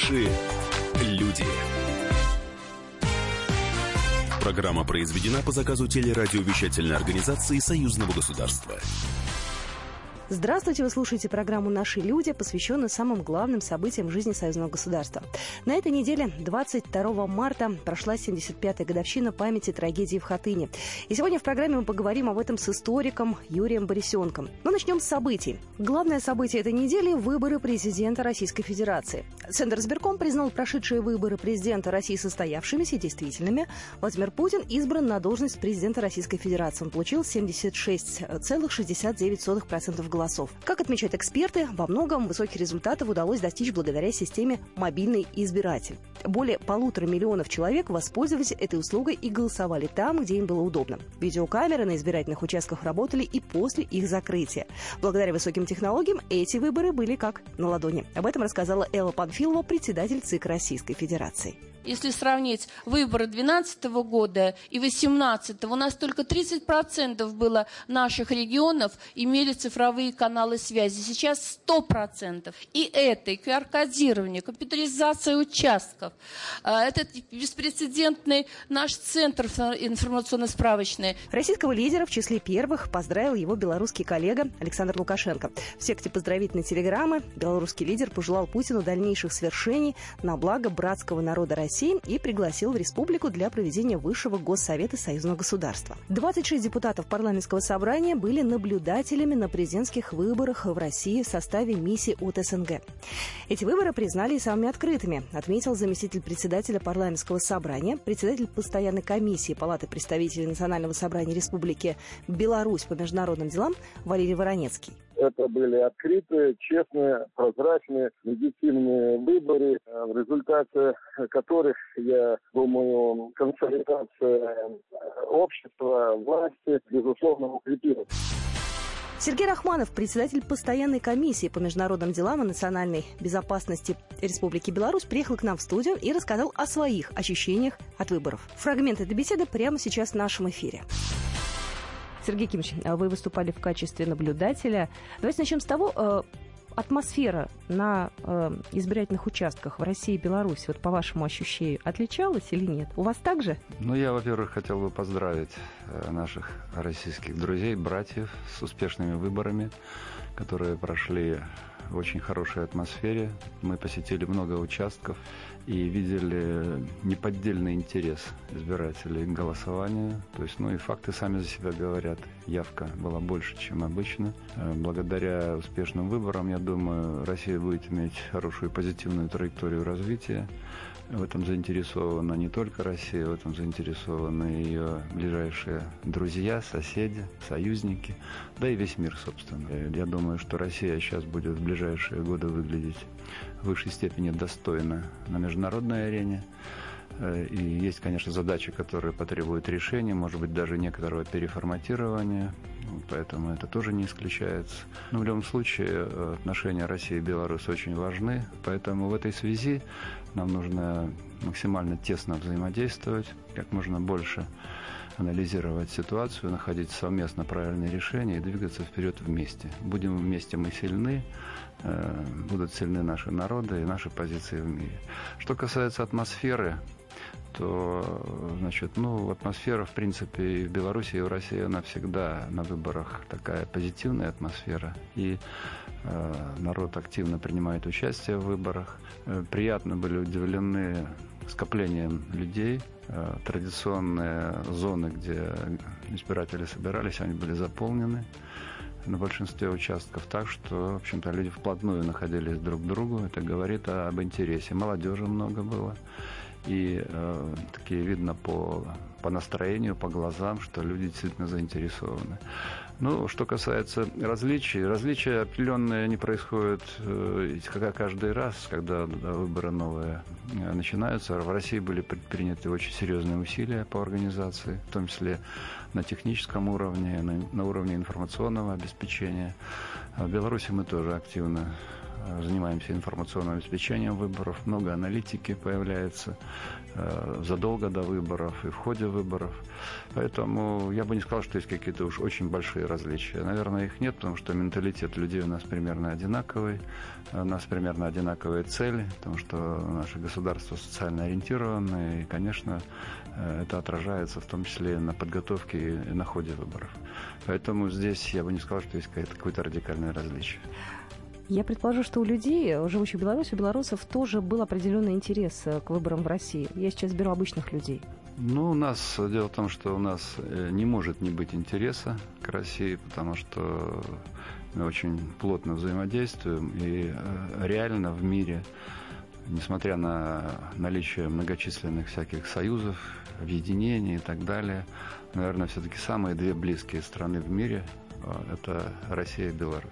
Наши люди. Программа произведена по заказу телерадиовещательной организации Союзного государства. Здравствуйте, вы слушаете программу «Наши люди», посвященную самым главным событиям жизни союзного государства. На этой неделе, 22 марта, прошла 75-я годовщина памяти трагедии в Хатыне. И сегодня в программе мы поговорим об этом с историком Юрием Борисенком. Но начнем с событий. Главное событие этой недели – выборы президента Российской Федерации. Центризбирком признал прошедшие выборы президента России состоявшимися и действительными. Владимир Путин избран на должность президента Российской Федерации. Он получил 76,69% голосов. Как отмечают эксперты, во многом высоких результатов удалось достичь благодаря системе «Мобильный избиратель». Более 1,5 миллиона человек воспользовались этой услугой и голосовали там, где им было удобно. Видеокамеры на избирательных участках работали и после их закрытия. Благодаря высоким технологиям эти выборы были как на ладони. Об этом рассказала Элла Панфилова, председатель ЦИК Российской Федерации. Если сравнить выборы 2012 года и 2018, у нас только 30% было наших регионов имели цифровые каналы связи. Сейчас 100%. И это, и QR-кодирование, компьютеризация участков, этот беспрецедентный наш центр информационно-справочный. Российского лидера в числе первых поздравил его белорусский коллега Александр Лукашенко. В секте поздравительной телеграммы белорусский лидер пожелал Путину дальнейших свершений на благо братского народа России и пригласил в республику для проведения Высшего Госсовета Союзного государства. 26 депутатов парламентского собрания были наблюдателями на президентских выборах в России в составе миссии от СНГ. Эти выборы признали самыми открытыми, отметил заместитель председателя парламентского собрания, председатель постоянной комиссии Палаты представителей Национального собрания Республики Беларусь по международным делам Валерий Воронецкий. Это были открытые, честные, прозрачные, легитимные выборы, в результате которых, я думаю, консолидация общества, власти, безусловно, укрепилась. Сергей Рахманов, председатель постоянной комиссии по международным делам и национальной безопасности Республики Беларусь, приехал к нам в студию и рассказал о своих ощущениях от выборов. Фрагмент этой беседы прямо сейчас в нашем эфире. Сергей Кимович, вы выступали в качестве наблюдателя. Давайте начнем с того, атмосфера на избирательных участках в России и Беларуси, вот по вашему ощущению, отличалась или нет? У вас так же? Я, во-первых, хотел бы поздравить наших российских друзей, братьев с успешными выборами, которые прошли в очень хорошей атмосфере. Мы посетили много участков и видели неподдельный интерес избирателей к голосованию. То есть, и факты сами за себя говорят. Явка была больше, чем обычно. Благодаря успешным выборам, я думаю, Россия будет иметь хорошую позитивную траекторию развития. В этом заинтересована не только Россия, в этом заинтересованы ее ближайшие друзья, соседи, союзники, да и весь мир, собственно. Я думаю, что Россия сейчас будет в ближайшие годы выглядеть в высшей степени достойно на международной арене. И есть, конечно, задачи, которые потребуют решения, может быть, даже некоторого переформатирования, поэтому это тоже не исключается. Но в любом случае отношения России и Беларуси очень важны, поэтому в этой связи нам нужно максимально тесно взаимодействовать, как можно больше анализировать ситуацию, находить совместно правильные решения и двигаться вперед вместе. Будем вместе мы сильны, будут сильны наши народы и наши позиции в мире. Что касается атмосферы, то, атмосфера, в принципе, и в Беларуси, и в России, она всегда на выборах такая позитивная атмосфера. И народ активно принимает участие в выборах. Приятно были удивлены скоплением людей. Традиционные зоны, где избиратели собирались, они были заполнены на большинстве участков так, что, в общем-то, люди вплотную находились друг к другу. Это говорит об интересе. Молодежи много было. И такие видно по настроению, по глазам, что люди действительно заинтересованы. Что касается различий, различия определенные не происходят каждый раз, когда выборы новые начинаются. В России были предприняты очень серьезные усилия по организации, в том числе на техническом уровне, на уровне информационного обеспечения. А в Беларуси мы тоже активно занимаемся информационным обеспечением выборов, много аналитики появляется задолго до выборов и в ходе выборов. Поэтому я бы не сказал, что есть какие-то уж очень большие различия. Наверное, их нет, потому что менталитет людей у нас примерно одинаковый, у нас примерно одинаковые цели, потому что наше государство социально ориентированное, и, конечно, это отражается в том числе на подготовке и на ходе выборов. Поэтому здесь я бы не сказал, что есть какое-то радикальное различие. Я предположу, что у людей, живущих в Беларуси, у белорусов тоже был определенный интерес к выборам в России. Я сейчас беру обычных людей. У нас дело в том, что у нас не может не быть интереса к России, потому что мы очень плотно взаимодействуем, и реально в мире, несмотря на наличие многочисленных всяких союзов, объединений и так далее, наверное, все-таки самые две близкие страны в мире – это Россия и Беларусь.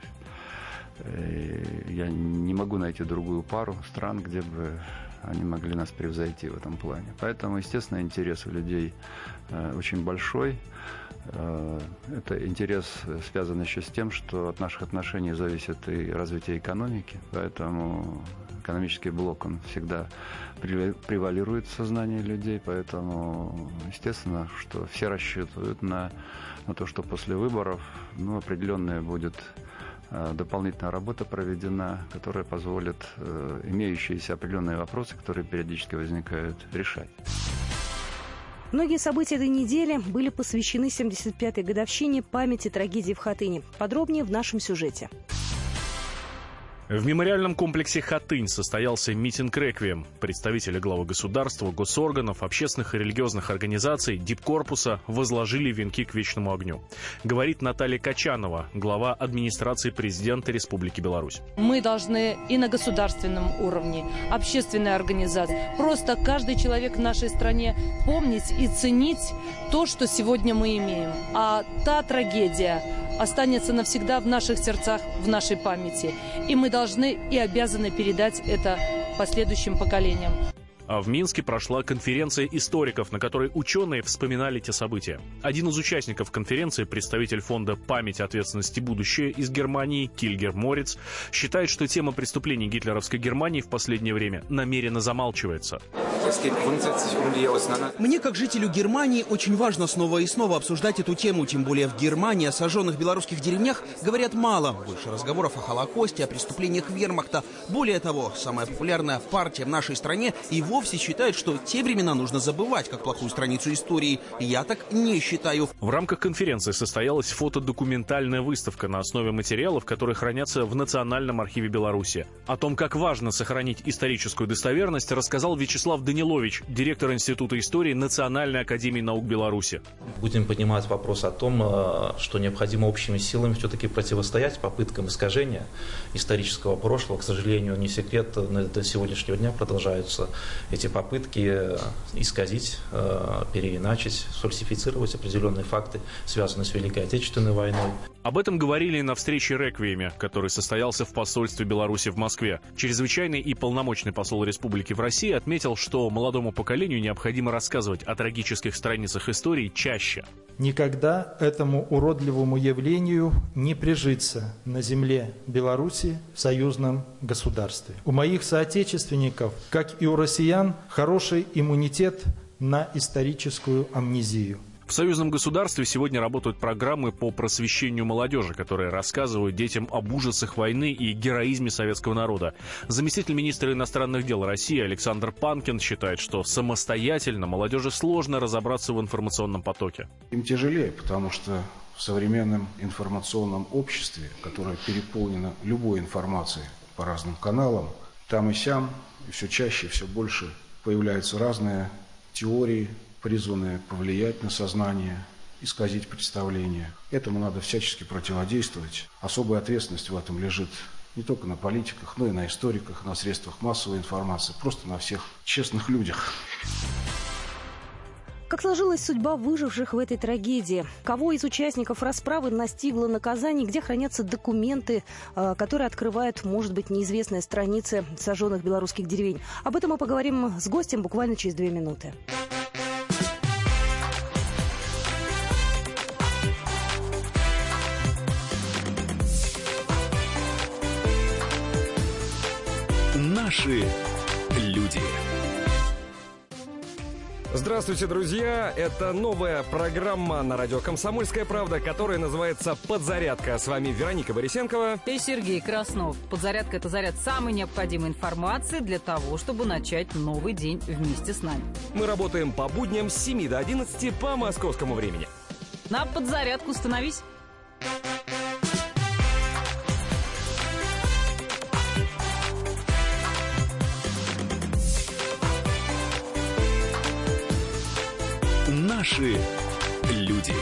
Я не могу найти другую пару стран, где бы они могли нас превзойти в этом плане. Поэтому, естественно, интерес у людей очень большой. Это интерес связан еще с тем, что от наших отношений зависит и развитие экономики. Поэтому экономический блок, он всегда превалирует в сознании людей. Поэтому, естественно, что все рассчитывают на то, что после выборов определенная будет дополнительная работа проведена, которая позволит имеющиеся определенные вопросы, которые периодически возникают, решать. Многие события этой недели были посвящены 75-й годовщине памяти трагедии в Хатыне. Подробнее в нашем сюжете. В мемориальном комплексе «Хатынь» состоялся митинг-реквием. Представители главы государства, госорганов, общественных и религиозных организаций, дипкорпуса возложили венки к вечному огню. Говорит Наталья Качанова, глава администрации президента Республики Беларусь. Мы должны и на государственном уровне, общественные организации, просто каждый человек в нашей стране помнить и ценить то, что сегодня мы имеем. А та трагедия останется навсегда в наших сердцах, в нашей памяти. И мы должны и обязаны передать это последующим поколениям. А в Минске прошла конференция историков, на которой ученые вспоминали те события. Один из участников конференции, представитель фонда «Память, ответственность и будущее» из Германии, Кильгер Морец, считает, что тема преступлений гитлеровской Германии в последнее время намеренно замалчивается. Мне, как жителю Германии, очень важно снова и снова обсуждать эту тему, тем более в Германии о сожженных белорусских деревнях говорят мало. Больше разговоров о Холокосте, о преступлениях вермахта. Более того, самая популярная партия в нашей стране и вовсе считает, что те времена нужно забывать, как плохую страницу истории. Я так не считаю. В рамках конференции состоялась фотодокументальная выставка на основе материалов, которые хранятся в Национальном архиве Беларуси. О том, как важно сохранить историческую достоверность, рассказал Вячеслав Данилович, директор Института истории Национальной академии наук Беларуси. Будем поднимать вопрос о том, что необходимо общими силами все-таки противостоять попыткам искажения исторического прошлого. К сожалению, не секрет, до сегодняшнего дня продолжаются эти попытки исказить, переиначить, сфальсифицировать определенные факты, связанные с Великой Отечественной войной. Об этом говорили на встрече «Реквиеме», который состоялся в посольстве Беларуси в Москве. Чрезвычайный и полномочный посол республики в России отметил, что молодому поколению необходимо рассказывать о трагических страницах истории чаще. Никогда этому уродливому явлению не прижиться на земле Беларуси в союзном государстве. У моих соотечественников, как и у россиян, хороший иммунитет на историческую амнезию. В союзном государстве сегодня работают программы по просвещению молодежи, которые рассказывают детям об ужасах войны и героизме советского народа. Заместитель министра иностранных дел России Александр Панкин считает, что самостоятельно молодежи сложно разобраться в информационном потоке. Им тяжелее, потому что в современном информационном обществе, которое переполнено любой информацией по разным каналам, там и сям, и все чаще, и все больше появляются разные теории, призванные повлиять на сознание, исказить представление. Этому надо всячески противодействовать. Особая ответственность в этом лежит не только на политиках, но и на историках, на средствах массовой информации, просто на всех честных людях. Как сложилась судьба выживших в этой трагедии? Кого из участников расправы настигло наказание? Где хранятся документы, которые открывают, может быть, неизвестные страницы сожженных белорусских деревень? Об этом мы поговорим с гостем буквально через 2 минуты. Наши люди. Здравствуйте, друзья! Это новая программа на радио «Комсомольская правда», которая называется «Подзарядка». С вами Вероника Борисенкова и Сергей Краснов. «Подзарядка» — это заряд самой необходимой информации для того, чтобы начать новый день вместе с нами. Мы работаем по будням с 7 до 11 по московскому времени. На подзарядку становись! Наши люди.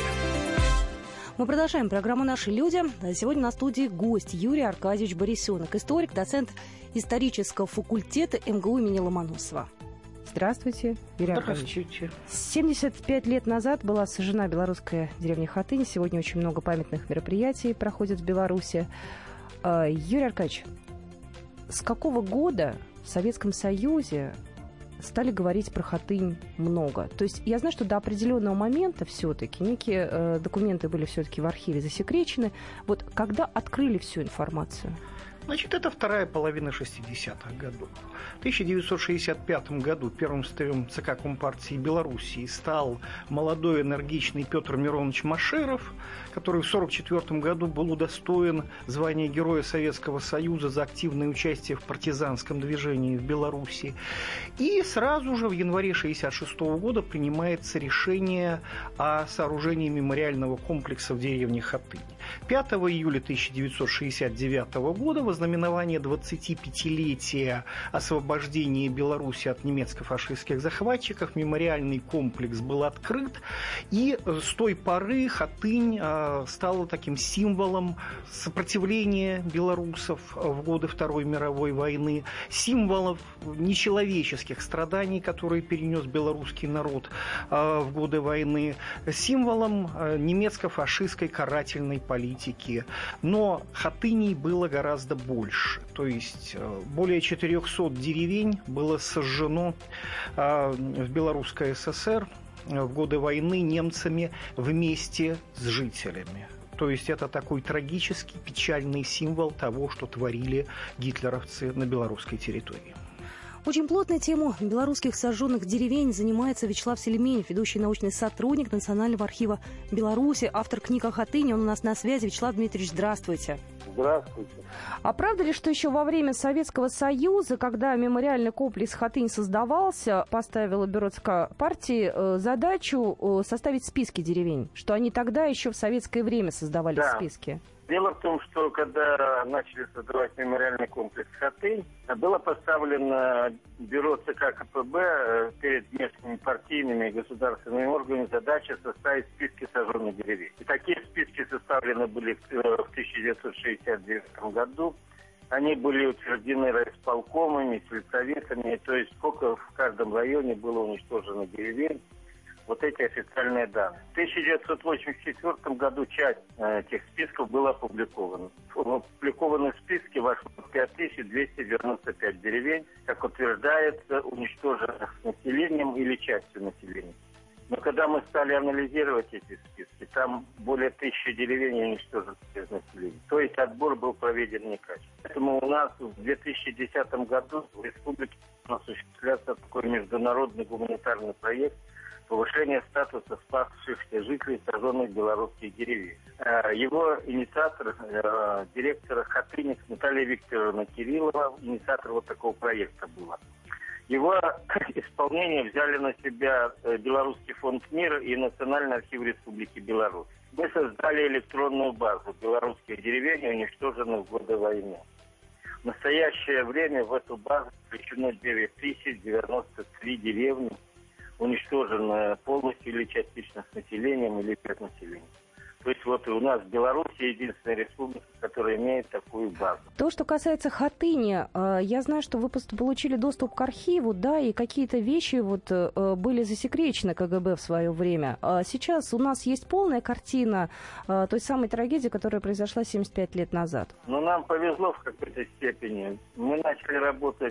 Мы продолжаем программу «Наши люди». Сегодня на студии гость Юрий Аркадьевич Борисенок, историк, доцент исторического факультета МГУ имени Ломоносова. Здравствуйте, Юрий Аркадьевич. Здравствуйте. 75 лет назад была сожжена белорусская деревня Хатынь. Сегодня очень много памятных мероприятий проходит в Беларуси. Юрий Аркадьевич, с какого года в Советском Союзе стали говорить про Хатынь много? То есть я знаю, что до определенного момента все-таки некие документы были все-таки в архиве засекречены. Вот когда открыли всю информацию? Значит, это вторая половина 60-х годов. В 1965 году первым секретарем ЦК Компартии Белоруссии стал молодой энергичный Петр Миронович Машеров, который в 1944 году был удостоен звания Героя Советского Союза за активное участие в партизанском движении в Беларуси. И сразу же в январе 1966 года принимается решение о сооружении мемориального комплекса в деревне Хатынь. 5 июля 1969 года в ознаменование 25-летия освобождения Беларуси от немецко-фашистских захватчиков мемориальный комплекс был открыт, и с той поры Хатынь стала таким символом сопротивления белорусов в годы Второй мировой войны, символов нечеловеческих страданий, которые перенес белорусский народ в годы войны, символом немецко-фашистской карательной политики. Но Хатыней было гораздо больше. То есть более 400 деревень было сожжено в Белорусской ССР в годы войны немцами вместе с жителями. То есть это такой трагический, печальный символ того, что творили гитлеровцы на белорусской территории. Очень плотно тему белорусских сожженных деревень занимается Вячеслав Селеменев, ведущий научный сотрудник Национального архива Беларуси, автор книг о Хатыни. Он у нас на связи. Вячеслав Дмитриевич, здравствуйте. Здравствуйте. А правда ли, что еще во время Советского Союза, когда мемориальный комплекс Хатынь создавался, поставила бюро ЦК партии задачу составить списки деревень? Что они тогда еще в советское время создавали списки? Дело в том, что когда начали создавать мемориальный комплекс Хатынь, было поставлено бюро ЦК КПБ перед местными партийными и государственными органами задача составить списки сожженных деревень. И такие списки составлены были в 1969 году. Они были утверждены райисполкомами, сельсоветами, то есть сколько в каждом районе было уничтожено деревень. Вот эти официальные данные. В 1984 году часть этих списков была опубликована. Опубликованы списки вошло 5295 деревень, как утверждается, уничтоженных населением или частью населения. Но когда мы стали анализировать эти списки, там более 1000 деревень уничтожено без населения. То есть отбор был проведен некачественно. Поэтому у нас в 2010 году в республике осуществлялся такой международный гуманитарный проект повышение статуса спасшихся жителей сожженных белорусских деревень. Его инициатор, директор Хатыни Наталья Викторовна Кириллова, инициатор вот такого проекта была. Его исполнение взяли на себя Белорусский фонд мира и Национальный архив Республики Беларусь. Мы создали электронную базу белорусских деревень, уничтоженных в годы войны. В настоящее время в эту базу включено 9093 деревни, уничтоженная полностью или частично с населением, или без населения. То есть вот у нас Беларусь единственная республика, которая имеет такую базу. То, что касается Хатыни, я знаю, что вы получили доступ к архиву, да, и какие-то вещи вот были засекречены КГБ в свое время. Сейчас у нас есть полная картина той самой трагедии, которая произошла 75 лет назад. Ну, нам повезло в какой-то степени. Мы начали работать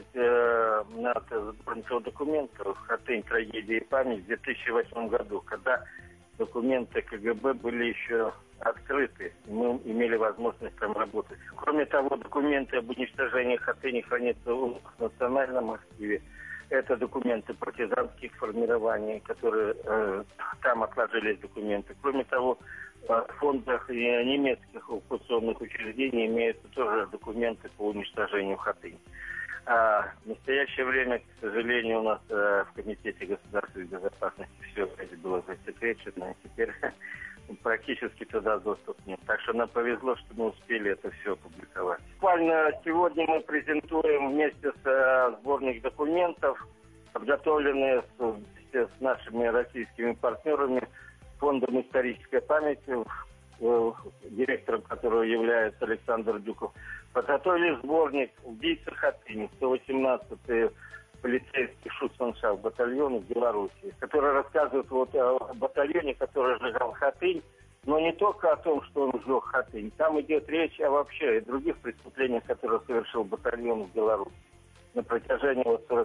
над сборником документов «Хатынь. Трагедия и память» в 2008 году, когда документы КГБ были еще открыты, и мы имели возможность там работать. Кроме того, документы об уничтожении Хатыни хранятся в Национальном архиве. Это документы партизанских формирований, которые там отложились документы. Кроме того, в фондах немецких оккупационных учреждений имеются тоже документы по уничтожению Хатыни. А в настоящее время, к сожалению, у нас в Комитете государственной безопасности все это было засекречено, и теперь практически туда доступ нет. Так что нам повезло, что мы успели это все опубликовать. Буквально сегодня мы презентуем вместе с сборник документов, подготовленные с нашими российскими партнерами, Фондом исторической памяти, директором которого является Александр Дюков, подготовили сборник «Убийцы Хатыни», 118-й полицейский шуцманшафт батальона в Беларуси, который рассказывает о батальоне, который сжигал Хатынь, но не только о том, что он сжег Хатынь. Там идет речь вообще о других преступлениях, которые совершил батальон в Беларуси на протяжении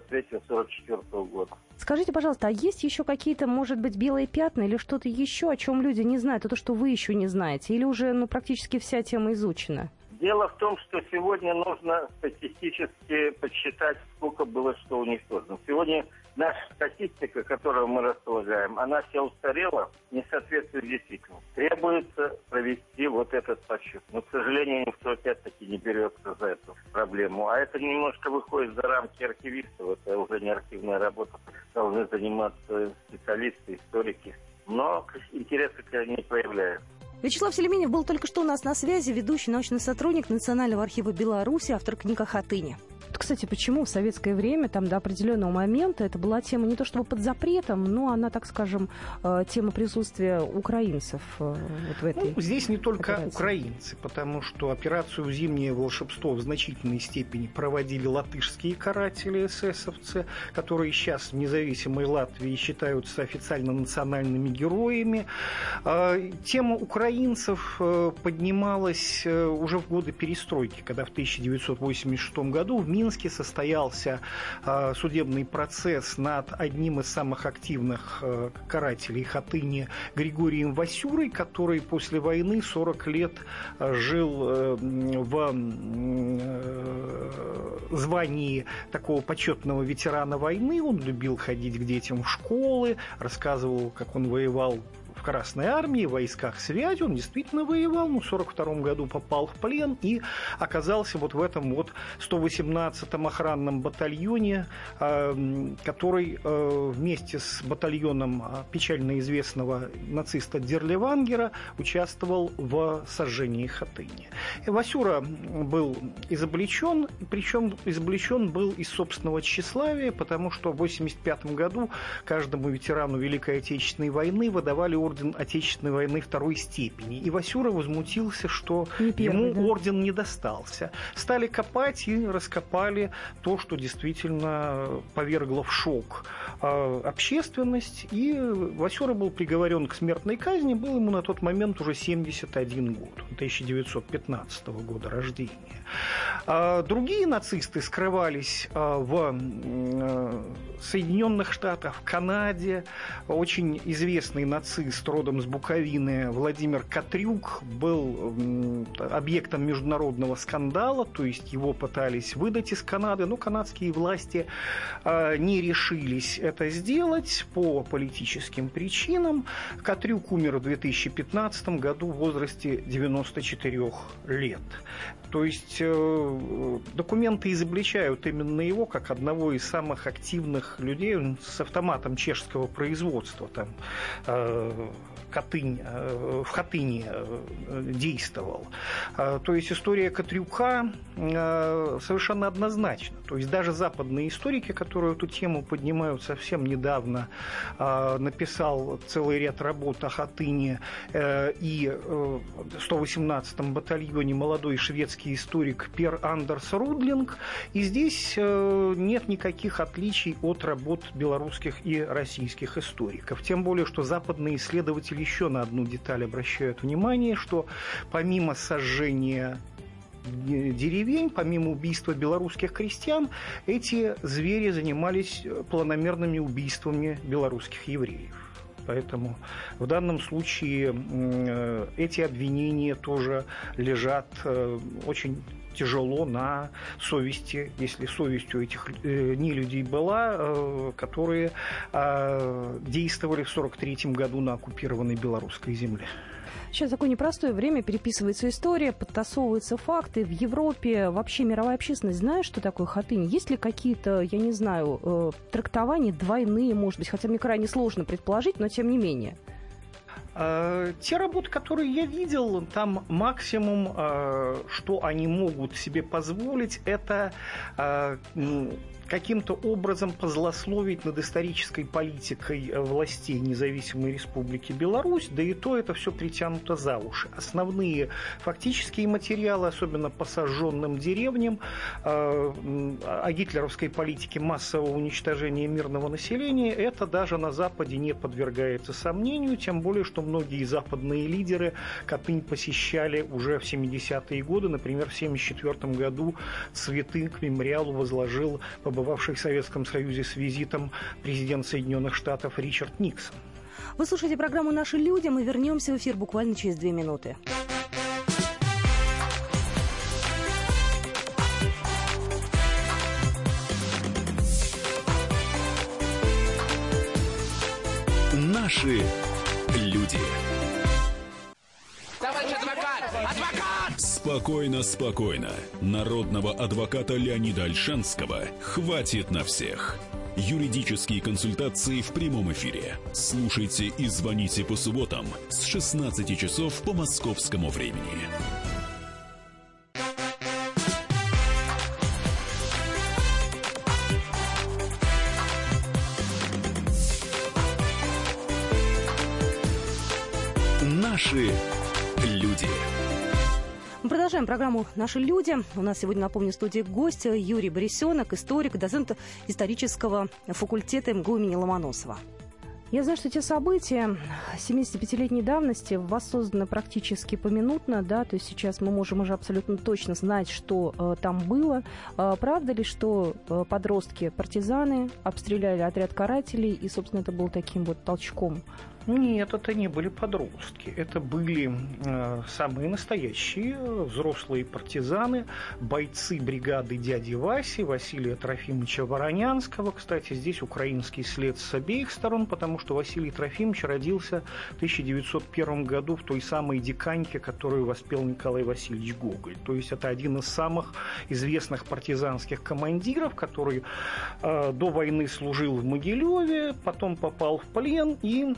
43-44 года. Скажите, пожалуйста, а есть еще какие-то, может быть, белые пятна или что-то еще, о чем люди не знают, то, что вы еще не знаете? Или уже практически вся тема изучена? Дело в том, что сегодня нужно статистически подсчитать, сколько было что уничтожено. Сегодня наша статистика, которую мы располагаем, она вся устарела, не соответствует действительности. Требуется провести этот подсчет. Но, к сожалению, никто опять-таки не берется за эту проблему. А это немножко выходит за рамки архивистов. Это уже не архивная работа. Должны заниматься специалисты, историки. Но интереса не проявляется. Вячеслав Селеменев был только что у нас на связи, ведущий научный сотрудник Национального архива Беларуси, автор книг о Хатыни. Кстати, почему в советское время, до определенного момента, это была тема не то чтобы под запретом, но она, так скажем, тема присутствия украинцев в этой здесь не только операции. Украинцы, потому что операцию «Зимнее волшебство» в значительной степени проводили латышские каратели, эсэсовцы, которые сейчас в независимой Латвии считаются официально национальными героями. Тема украинцев поднималась уже в годы перестройки, когда в 1986 году в Минске состоялся судебный процесс над одним из самых активных карателей Хатыни Григорием Васюрой, который после войны 40 лет жил в звании такого почетного ветерана войны. Он любил ходить к детям в школы, рассказывал, как он воевал в Красной армии, в войсках связи. Он действительно воевал, но в 1942 году попал в плен и оказался в этом 118-м охранном батальоне, который вместе с батальоном печально известного нациста Дерлевангера участвовал в сожжении Хатыни. Васюра был изобличен, причем изобличен был из собственного тщеславия, потому что в 1985 году каждому ветерану Великой Отечественной войны выдавали орден Отечественной войны второй степени. И Васюра возмутился, что ему орден не достался. Стали копать и раскопали то, что действительно повергло в шок общественность. И Васюра был приговорен к смертной казни. Был ему на тот момент уже 71 год. 1915 года рождения. Другие нацисты скрывались в Соединенных Штатах, в Канаде. Очень известный нацист родом с Буковины Владимир Катрюк был объектом международного скандала, то есть его пытались выдать из Канады, но канадские власти не решились это сделать по политическим причинам. Катрюк умер в 2015 году в возрасте 94 лет. То есть документы изобличают именно его как одного из самых активных людей. Он с автоматом чешского производства там, в Хатыни действовал. То есть история Катрюка совершенно однозначна. То есть даже западные историки, которые эту тему поднимают совсем недавно, написал целый ряд работ о Хатыни и 118-м батальоне молодой шведский историк Пер Андерс Рудлинг. И здесь нет никаких отличий от работ белорусских и российских историков. Тем более, что западные исследователи еще на одну деталь обращают внимание, что помимо сожжения деревень, помимо убийства белорусских крестьян, эти звери занимались планомерными убийствами белорусских евреев. Поэтому в данном случае эти обвинения тоже лежат очень тяжело на совести, если совесть у этих нелюдей была, которые действовали в 1943 году на оккупированной белорусской земле. Сейчас такое непростое время, переписывается история, подтасовываются факты. В Европе вообще мировая общественность знает, что такое Хатынь? Есть ли какие-то, я не знаю, трактования двойные, может быть, хотя мне крайне сложно предположить, но тем не менее? Те работы, которые я видел, там максимум, что они могут себе позволить, это каким-то образом позлословить над исторической политикой властей независимой Республики Беларусь, да и то это все притянуто за уши. Основные фактические материалы, особенно по сожженным деревням, о гитлеровской политике массового уничтожения мирного населения, это даже на Западе не подвергается сомнению, тем более, что многие западные лидеры Хатынь посещали уже в 70-е годы. Например, в 1974 году цветы к мемориалу возложил побывавший в Советском Союзе с визитом президент Соединенных Штатов Ричард Никсон. Вы слушаете программу «Наши люди». Мы вернемся в эфир буквально через 2 минуты. Наши люди. Товарищ адвокат! Адвокат! Спокойно, спокойно. Народного адвоката Леонида Ольшанского хватит на всех. Юридические консультации в прямом эфире. Слушайте и звоните по субботам с 16 часов по московскому времени. Наши люди. Мы продолжаем программу «Наши люди». У нас сегодня, напомню, в студии гость Юрий Борисенок, историк, доцент исторического факультета МГУ имени Ломоносова. Я знаю, что те события 75-летней давности воссозданы практически поминутно, да, то есть сейчас мы можем уже абсолютно точно знать, что там было. Правда ли, что подростки-партизаны обстреляли отряд карателей, и, собственно, это был таким вот толчком? Нет, это не были подростки. Это были самые настоящие взрослые партизаны, бойцы бригады дяди Васи, Василия Трофимовича Воронянского. Кстати, здесь украинский след с обеих сторон, потому что Василий Трофимович родился в 1901 году в той самой Диканьке, которую воспел Николай Васильевич Гоголь. То есть это один из самых известных партизанских командиров, который до войны служил в Могилеве, потом попал в плен и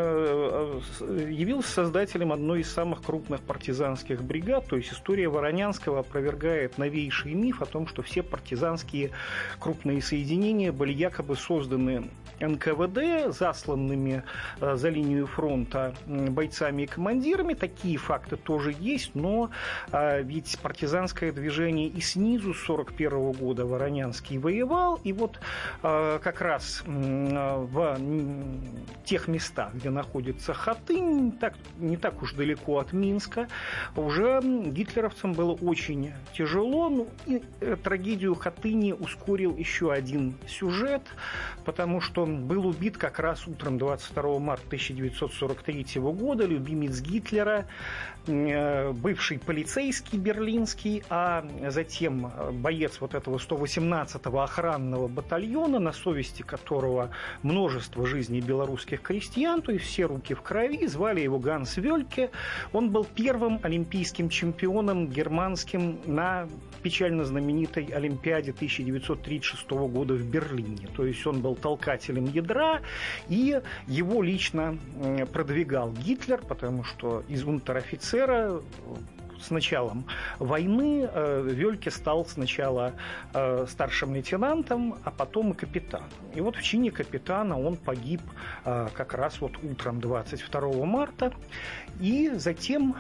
явился создателем одной из самых крупных партизанских бригад. То есть история Воронянского опровергает новейший миф о том, что все партизанские крупные соединения были якобы созданы НКВД, засланными за линию фронта бойцами и командирами. Такие факты тоже есть, но ведь партизанское движение и снизу с 1941 года Воронянский воевал, и вот как раз в тех местах, где находится Хатынь, не так уж далеко от Минска, уже гитлеровцам было очень тяжело. Ну, и трагедию Хатыни ускорил еще один сюжет, потому что был убит как раз утром 22 марта 1943 года любимец Гитлера, бывший полицейский берлинский, а затем боец вот этого 118-го охранного батальона, на совести которого множество жизней белорусских крестьян, то есть все руки в крови, звали его Ганс Вельке. Он был первым олимпийским чемпионом германским на печально знаменитой Олимпиаде 1936 года в Берлине. То есть он был толкателем ядра, и его лично продвигал Гитлер, потому что из унтер-офицера с началом войны Вельке стал сначала старшим лейтенантом, а потом и капитаном. И вот в чине капитана он погиб как раз вот утром 22 марта. И затем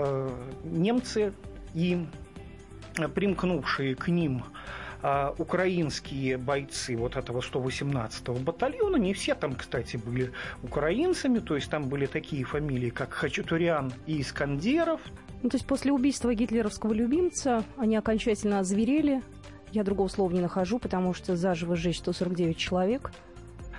немцы и примкнувшие к ним украинские бойцы вот этого 118-го батальона, не все там, кстати, были украинцами, то есть там были такие фамилии, как Хачатурян и Искандеров. Ну, то есть после убийства гитлеровского любимца они окончательно озверели. Я другого слова не нахожу, потому что заживо сжечь 149 человек.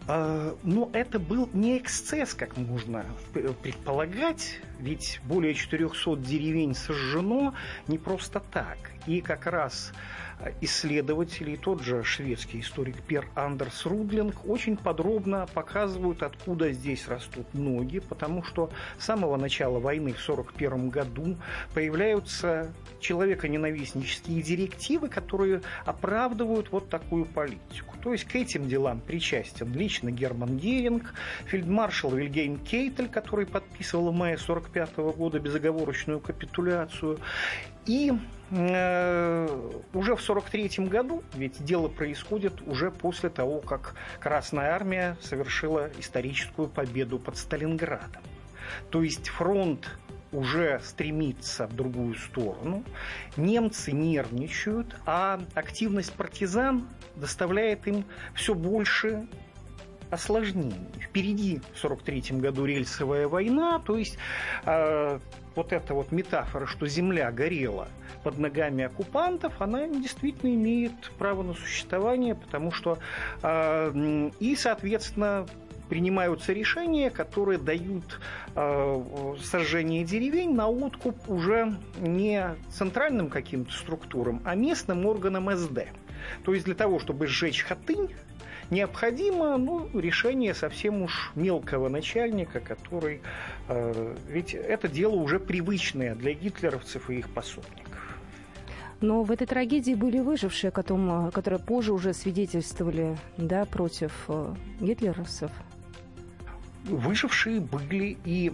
Но это был не эксцесс, как можно предполагать, ведь более 400 деревень сожжено не просто так. И как раз исследователи, тот же шведский историк Пер Андерс Рудлинг очень подробно показывают, откуда здесь растут ноги, потому что с самого начала войны в 1941 году появляются человеконенавистнические директивы, которые оправдывают вот такую политику. То есть к этим делам причастен лично Герман Геринг, фельдмаршал Вильгельм Кейтель, который подписывал в мае 1945 года безоговорочную капитуляцию. И уже в 1943 году, ведь дело происходит уже после того, как Красная Армия совершила историческую победу под Сталинградом. То есть фронт уже стремится в другую сторону, немцы нервничают, а активность партизан доставляет им все больше осложнений. Впереди в 1943 году рельсовая война, то есть вот эта вот метафора, что земля горела под ногами оккупантов, она действительно имеет право на существование, потому что и, соответственно, принимаются решения, которые дают сожжение деревень на откуп уже не центральным каким-то структурам, а местным органам СД. То есть для того, чтобы сжечь Хатынь, необходимо решение совсем уж мелкого начальника, который... ведь это дело уже привычное для гитлеровцев и их пособников. Но в этой трагедии были выжившие, которые позже уже свидетельствовали, да, против гитлеровцев. Выжившие были, и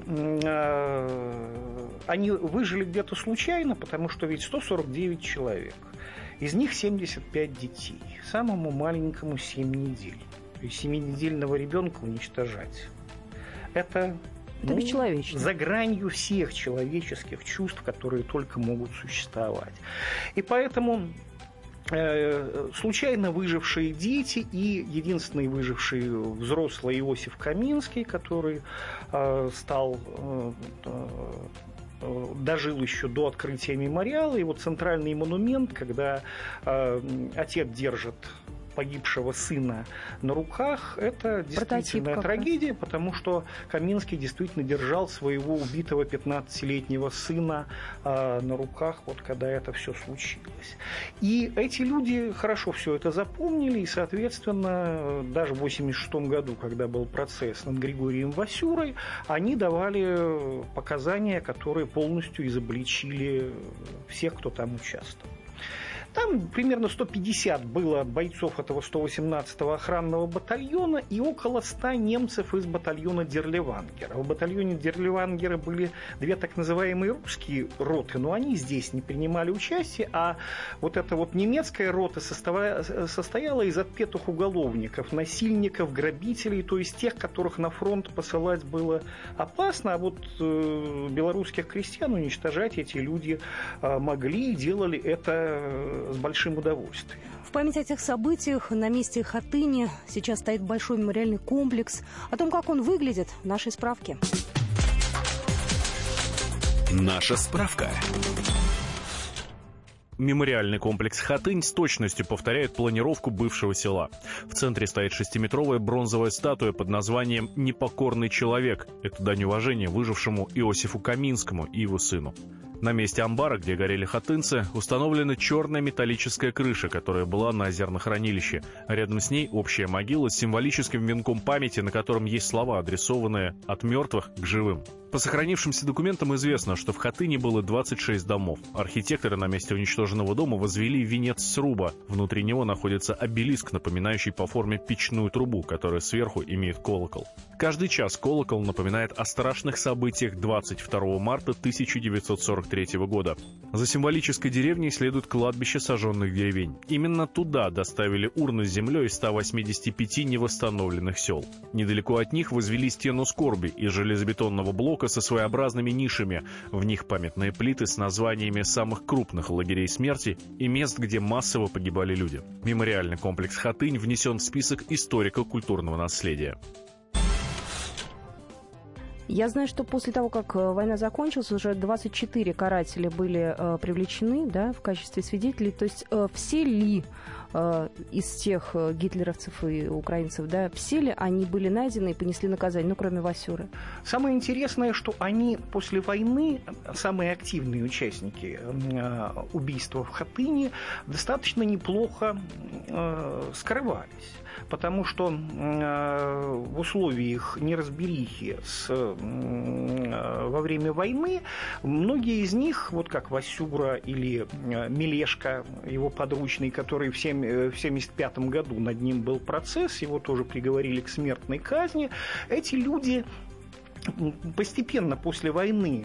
они выжили где-то случайно, потому что ведь 149 человек. Из них 75 детей. Самому маленькому 7 недель. То есть 7-недельного ребенка уничтожать. Это бесчеловечно. За гранью всех человеческих чувств, которые только могут существовать. И поэтому случайно выжившие дети и единственный выживший взрослый Иосиф Каминский, который дожил еще до открытия мемориала. И вот центральный монумент, когда отец держит погибшего сына на руках, это действительно трагедия, потому что Каминский действительно держал своего убитого 15-летнего сына на руках, вот когда это все случилось. И эти люди хорошо все это запомнили, и, соответственно, даже в 1986 году, когда был процесс над Григорием Васюрой, они давали показания, которые полностью изобличили всех, кто там участвовал. Там примерно 150 было бойцов этого 118-го охранного батальона и около 100 немцев из батальона Дерлевангера. В батальоне Дерлевангера были две так называемые русские роты, но они здесь не принимали участие, а вот эта вот немецкая рота состояла из отпетых уголовников, насильников, грабителей, то есть тех, которых на фронт посылать было опасно, а вот белорусских крестьян уничтожать эти люди могли и делали это с большим удовольствием. В память о тех событиях на месте Хатыни сейчас стоит большой мемориальный комплекс. О том, как он выглядит, в нашей справке. Наша справка. Мемориальный комплекс «Хатынь» с точностью повторяет планировку бывшего села. В центре стоит 6-метровая бронзовая статуя под названием «Непокорный человек». Это дань уважения выжившему Иосифу Каминскому и его сыну. На месте амбара, где горели хатынцы, установлена черная металлическая крыша, которая была на зернохранилище. Рядом с ней общая могила с символическим венком памяти, на котором есть слова, адресованные от мертвых к живым. По сохранившимся документам известно, что в Хатыне было 26 домов. Архитекторы на месте уничтоженного дома возвели венец сруба. Внутри него находится обелиск, напоминающий по форме печную трубу, которая сверху имеет колокол. Каждый час колокол напоминает о страшных событиях 22 марта 1943 года. За символической деревней следует кладбище сожженных деревень. Именно туда доставили урны с землей из 185 невосстановленных сел. Недалеко от них возвели стену скорби из железобетонного блока со своеобразными нишами. В них памятные плиты с названиями самых крупных лагерей смерти и мест, где массово погибали люди. Мемориальный комплекс «Хатынь» внесен в список историко-культурного наследия. Я знаю, что после того, как война закончилась, уже 24 карателя были привлечены, да, в качестве свидетелей. То есть все ли из тех гитлеровцев и украинцев, да, все ли они были найдены и понесли наказание, ну, кроме Васюры? Самое интересное, что они после войны, самые активные участники убийства в Хатыни, достаточно неплохо скрывались. Потому что в условиях неразберихи во время войны многие из них, вот как Васюра или Мелешка, его подручный, который в 1975 году над ним был процесс, его тоже приговорили к смертной казни, эти люди постепенно после войны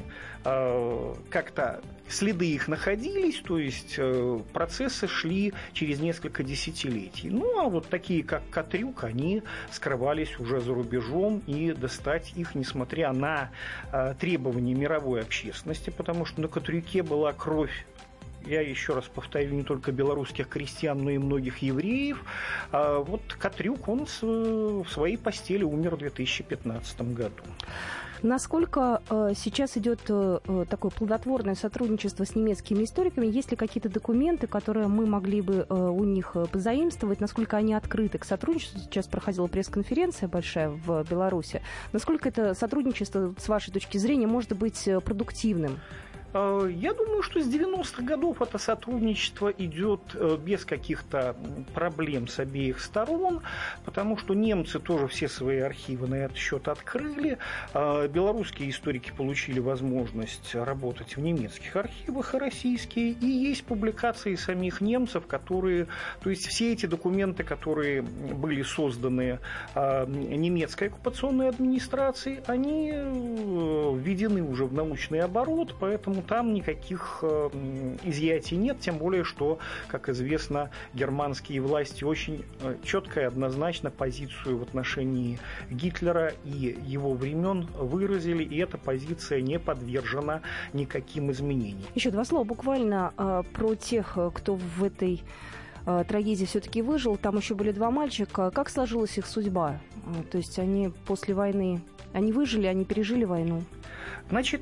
как-то следы их находились, то есть процессы шли через несколько десятилетий. Ну, а вот такие, как Катрюк, они скрывались уже за рубежом, и достать их, несмотря на требования мировой общественности, потому что на Катрюке была кровь, я еще раз повторю, не только белорусских крестьян, но и многих евреев. Вот Катрюк, он в своей постели умер в 2015 году. Насколько сейчас идет такое плодотворное сотрудничество с немецкими историками? Есть ли какие-то документы, которые мы могли бы у них позаимствовать? Насколько они открыты к сотрудничеству? Сейчас проходила пресс-конференция большая в Беларуси. Насколько это сотрудничество, с вашей точки зрения, может быть продуктивным? Я думаю, что с 90-х годов это сотрудничество идет без каких-то проблем с обеих сторон, потому что немцы тоже все свои архивы на этот счет открыли. Белорусские историки получили возможность работать в немецких архивах, и российские. И есть публикации самих немцев, которые... То есть все эти документы, которые были созданы немецкой оккупационной администрацией, они введены уже в научный оборот, поэтому там никаких изъятий нет, тем более, что, как известно, германские власти очень четко и однозначно позицию в отношении Гитлера и его времен выразили, и эта позиция не подвержена никаким изменениям. Еще два слова буквально про тех, кто в этой трагедии все-таки выжил. Там еще были два мальчика. Как сложилась их судьба? То есть они после войны, они выжили, они пережили войну? Значит,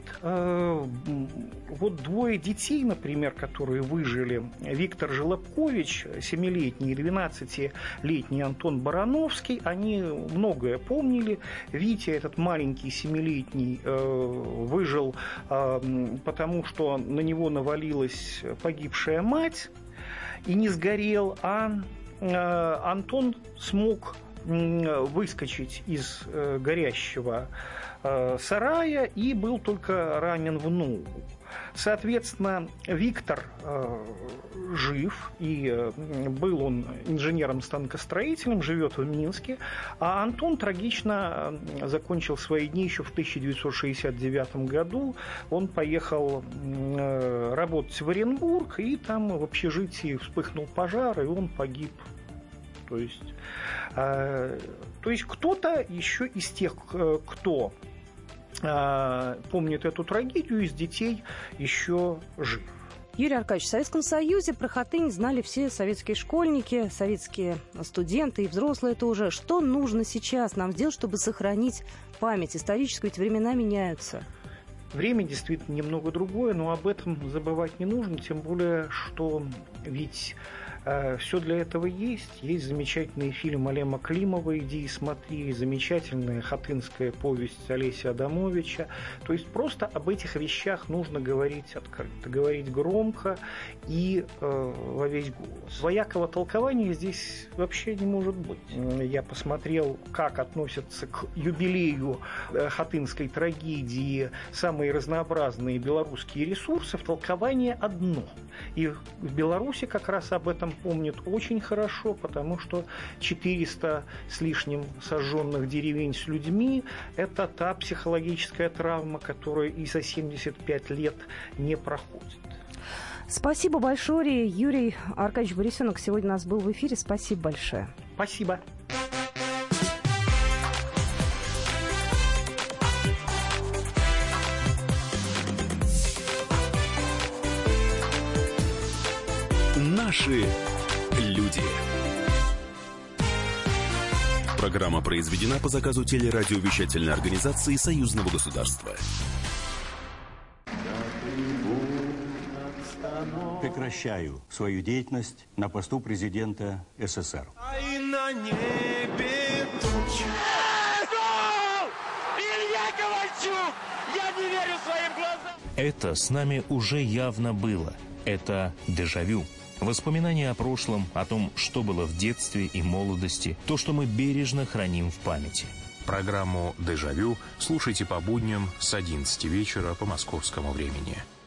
вот двое детей, например, которые выжили, Виктор Желобкович, 7-летний, и 12-летний Антон Барановский, они многое помнили. Витя, этот маленький 7-летний, выжил, потому что на него навалилась погибшая мать и не сгорел, а Антон смог выскочить из горящего сарая и был только ранен в ногу. Соответственно, Виктор жив, и был он инженером-станкостроителем, живет в Минске, а Антон трагично закончил свои дни еще в 1969 году. Он поехал работать в Оренбург, и там в общежитии вспыхнул пожар, и он погиб. То есть кто-то еще из тех, кто помнит эту трагедию, из детей еще жив. Юрий Аркадьевич, в Советском Союзе про Хатынь знали все советские школьники, советские студенты и взрослые тоже. Что нужно сейчас нам сделать, чтобы сохранить память историческую? Ведь времена меняются. Время действительно немного другое, но об этом забывать не нужно, тем более, что ведь все для этого есть. Есть замечательный фильм Алема Климова «Иди и смотри», замечательная хатынская повесть Олеся Адамовича. То есть просто об этих вещах нужно говорить открыто, говорить громко и во весь голос. Двоякого толкования здесь вообще не может быть. Я посмотрел, как относятся к юбилею хатынской трагедии самые разнообразные белорусские ресурсы. В толковании одно. И в Беларуси как раз об этом помнят очень хорошо, потому что 400 с лишним сожженных деревень с людьми – это та психологическая травма, которая и за 75 лет не проходит. Спасибо большое. Юрий Аркадьевич Борисенок сегодня у нас был в эфире. Спасибо большое. Спасибо. Наши люди. Программа произведена по заказу телерадиовещательной организации Союзного государства. прекращаю свою деятельность на посту президента СССР. И на небе тучи. Илья Ковальчук! Я не верю своим глазам! Это с нами уже явно было. Это дежавю. Воспоминания о прошлом, о том, что было в детстве и молодости, то, что мы бережно храним в памяти. Программу «Дежавю» слушайте по будням с 11 вечера по московскому времени.